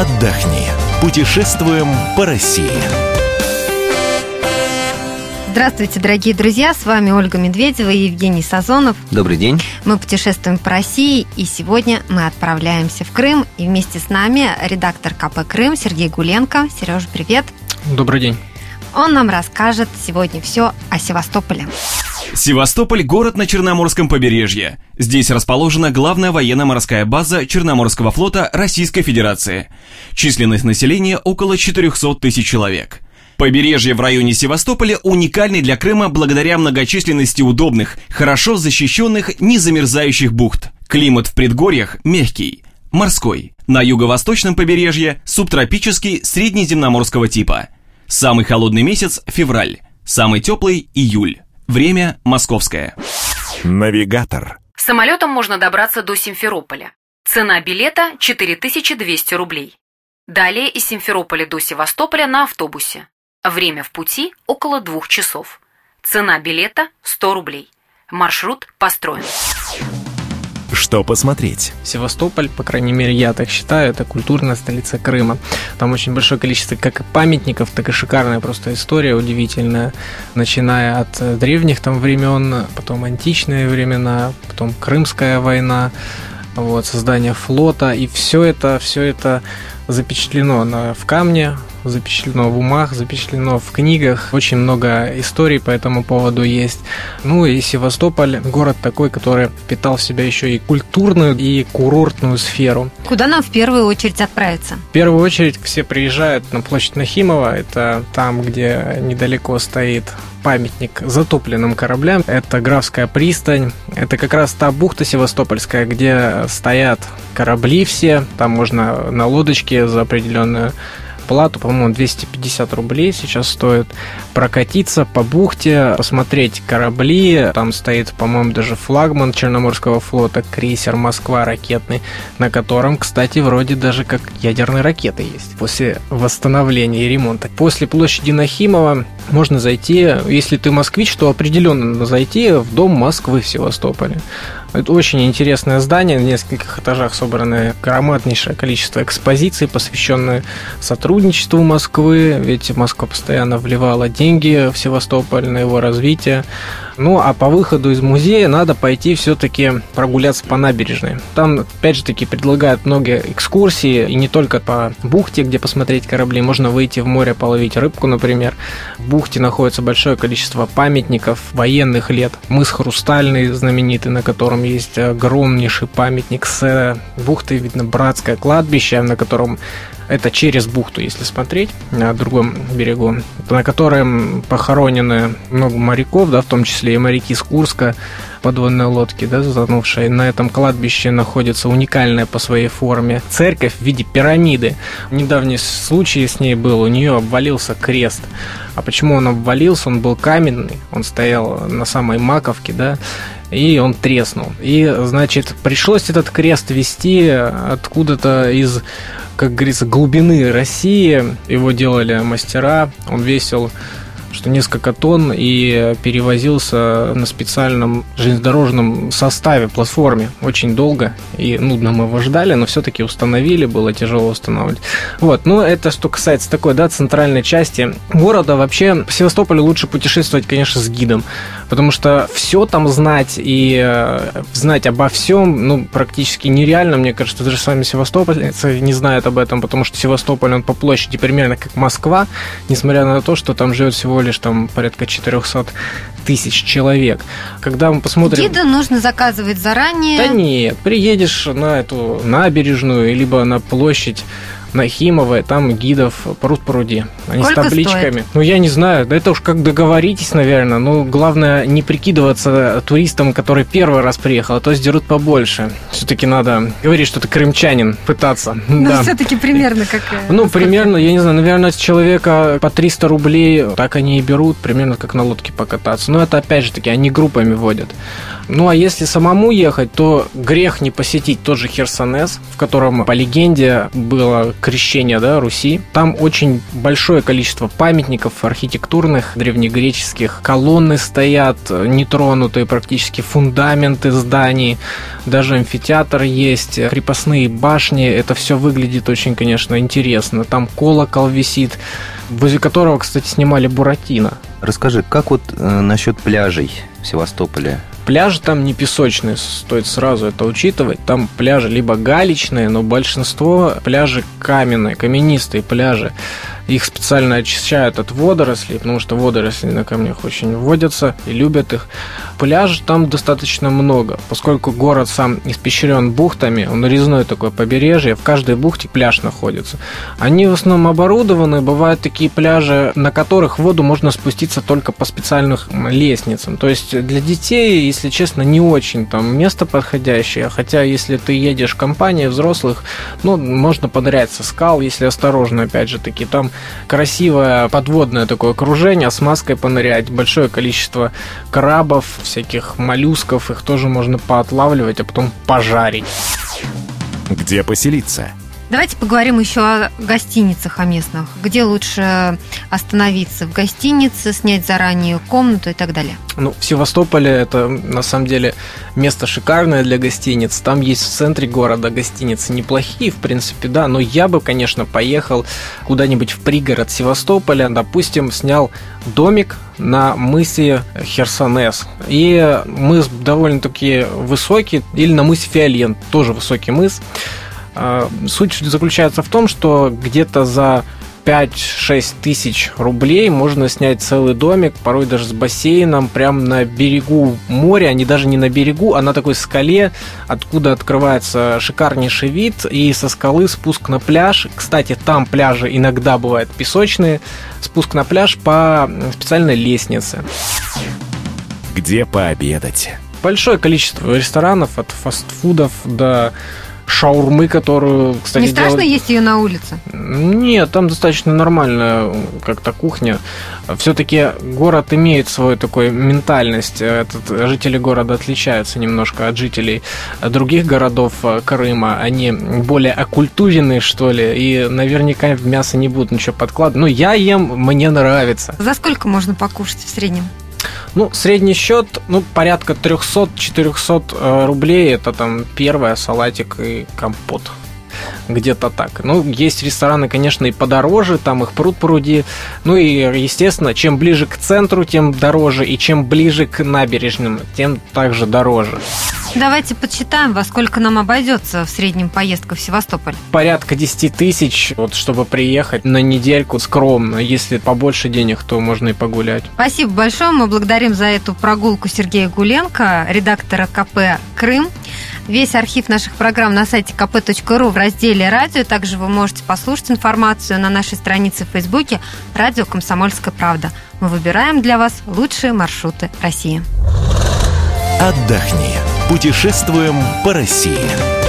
отдохни. Путешествуем по России. Здравствуйте, дорогие друзья, с вами Ольга Медведева и Евгений Сазонов. Добрый день. Мы путешествуем по России, и сегодня мы отправляемся в Крым. И вместе с нами редактор КП «Крым» Сергей Гуленко. Сереж, привет. Добрый день. Он нам расскажет сегодня все о Севастополе. Севастополь – город на Черноморском побережье. Здесь расположена главная военно-морская база Черноморского флота Российской Федерации. Численность населения около 400 тысяч человек. Побережье в районе Севастополя уникальны для Крыма благодаря многочисленности удобных, хорошо защищенных, незамерзающих бухт. Климат в предгорьях мягкий, морской. На юго-восточном побережье субтропический среднеземноморского типа. Самый холодный месяц – февраль, самый теплый – июль. Время московское. Навигатор. Самолетом можно добраться до Симферополя. Цена билета – 4200 рублей. Далее из Симферополя до Севастополя на автобусе. Время в пути – около 2 часов. Цена билета – 100 рублей. Маршрут построен. Что посмотреть? Севастополь, по крайней мере, я так считаю, это культурная столица Крыма. Там очень большое количество как и памятников, так и шикарная просто история удивительная, начиная от древних там времен, потом античные времена, потом Крымская война, создание флота, и все это запечатлено в камне, запечатлено в умах, запечатлено в книгах. Очень много историй по этому поводу есть. И Севастополь – город такой, который впитал в себя еще и культурную, и курортную сферу. Куда нам в первую очередь отправиться? В первую очередь все приезжают на площадь Нахимова. Это там, где недалеко стоит памятник затопленным кораблям. Это Графская пристань. Это как раз та бухта севастопольская, где стоят корабли все. Там можно на лодочке за определенную плату, по-моему, 250 рублей сейчас стоит прокатиться по бухте, посмотреть корабли. Там стоит, по-моему, даже флагман Черноморского флота, крейсер «Москва» ракетный, на котором, кстати, вроде даже как ядерные ракеты есть после восстановления и ремонта. После площади Нахимова можно зайти, если ты москвич, то определенно зайти в Дом Москвы в Севастополе. Это очень интересное здание, в нескольких этажах собрано громаднейшее количество экспозиций, посвященных сотрудничеству Москвы, ведь Москва постоянно вливала деньги в Севастополь на его развитие. А по выходу из музея надо пойти все-таки прогуляться по набережной. Там, опять же таки, предлагают много экскурсий, и не только по бухте, где посмотреть корабли, можно выйти в море, половить рыбку, например. В бухте находится большое количество памятников военных лет. Мыс Хрустальный знаменитый, на котором есть огромнейший памятник. С бухты видно братское кладбище, на котором это через бухту, если смотреть, на другом берегу, на котором похоронены много моряков, в том числе и моряки с Курска, подводные лодки, затонувшие. На этом кладбище находится уникальная по своей форме церковь в виде пирамиды. Недавний случай с ней был, у нее обвалился крест. А почему он обвалился? Он был каменный, он стоял на самой маковке, и он треснул. И, пришлось этот крест везти откуда-то из, как говорится, глубины России. Его делали мастера, он весил несколько тонн и перевозился на специальном железнодорожном составе, платформе. Очень долго и нудно мы его ждали, но все-таки установили, было тяжело устанавливать. Это что касается такой, центральной части города. Вообще, по Севастополю лучше путешествовать, конечно, с гидом, потому что все там знать и знать обо всем, практически нереально. Мне кажется, даже сами севастопольцы не знают об этом, потому что Севастополь, он по площади примерно как Москва, несмотря на то, что там живет всего лишь порядка 400 тысяч человек. Когда мы посмотрим... Гида нужно заказывать заранее? Да нет, приедешь на эту набережную, либо на площадь Нахимова, там гидов пруд-пруди. Они сколько с табличками. стоит? Я не знаю, это уж как договоритесь, наверное. Главное не прикидываться туристом, который первый раз приехал, а то сдерут побольше. Все-таки надо говорить, что ты крымчанин, пытаться. Все-таки примерно как... Примерно, я не знаю, наверное, с человека по 300 рублей, так они и берут, примерно как на лодке покататься. Это опять же таки, они группами водят. Ну, а если самому ехать, то грех не посетить тот же Херсонес, в котором, по легенде, было крещение, да, Руси. Там очень большое количество памятников архитектурных, древнегреческих. Колонны стоят нетронутые, практически фундаменты зданий. Даже амфитеатр есть, крепостные башни. Это все выглядит очень, конечно, интересно. Там колокол висит, возле которого, кстати, снимали Буратино. Расскажи, как вот насчет пляжей в Севастополе? Пляжи там не песочные, стоит сразу это учитывать. Там пляжи либо галечные, но большинство пляжи каменные, каменистые пляжи. Их специально очищают от водорослей, потому что водоросли на камнях очень водятся и любят их. Пляжей там достаточно много, поскольку город сам испещрен бухтами, он нарезное такое побережье, в каждой бухте пляж находится. Они в основном оборудованы, бывают такие пляжи, на которых в воду можно спуститься только по специальным лестницам. То есть для детей, если честно, не очень там место подходящее, хотя если ты едешь в компании взрослых, ну, можно понырять со скал, если осторожно, опять же таки, там красивое подводное такое окружение, с маской понырять, большое количество крабов, всяких моллюсков, их тоже можно поотлавливать, а потом пожарить. Где поселиться? Давайте поговорим еще о гостиницах, о местных. Где лучше остановиться? В гостинице, снять заранее комнату и так далее? Ну, в Севастополе это, на самом деле, место шикарное для гостиниц. Там есть в центре города гостиницы неплохие, в принципе, да. Но я бы, конечно, поехал куда-нибудь в пригород Севастополя. Допустим, снял домик на мысе Херсонес. И мыс довольно-таки высокий. Или на мысе Фиолен, тоже высокий мыс. Суть заключается в том, что где-то за 5-6 тысяч рублей можно снять целый домик, порой даже с бассейном, прямо на берегу моря, не даже не на берегу, а на такой скале, откуда открывается шикарнейший вид, и со скалы спуск на пляж. Кстати, там пляжи иногда бывают песочные, спуск на пляж по специальной лестнице. Где пообедать? Большое количество ресторанов, от фастфудов до шаурмы, которую, кстати, не страшно делают... есть ее на улице? Нет, там достаточно нормальная как-то кухня. Все-таки город имеет свою такую ментальность. Жители города отличаются немножко от жителей других городов Крыма. Они более окультуренные, что ли, и наверняка в мясо не будут ничего подкладывать. Но я ем, мне нравится. За сколько можно покушать в среднем? Ну, средний счет, порядка 300-400 рублей. Это там первое, салатик и компот. Где-то так. Ну, есть рестораны, конечно, и подороже, там их пруд-пруди. Ну и, естественно, чем ближе к центру, тем дороже. И чем ближе к набережным, тем также дороже. Давайте подсчитаем, во сколько нам обойдется в среднем поездка в Севастополь. Порядка 10 тысяч, вот, чтобы приехать на недельку скромно. Если побольше денег, то можно и погулять. Спасибо большое. Мы благодарим за эту прогулку Сергея Гуленко, редактора КП «Крым». Весь архив наших программ на сайте kp.ru в разделе «Радио». Также вы можете послушать информацию на нашей странице в Фейсбуке «Радио Комсомольская правда». Мы выбираем для вас лучшие маршруты России. Отдохни. Путешествуем по России.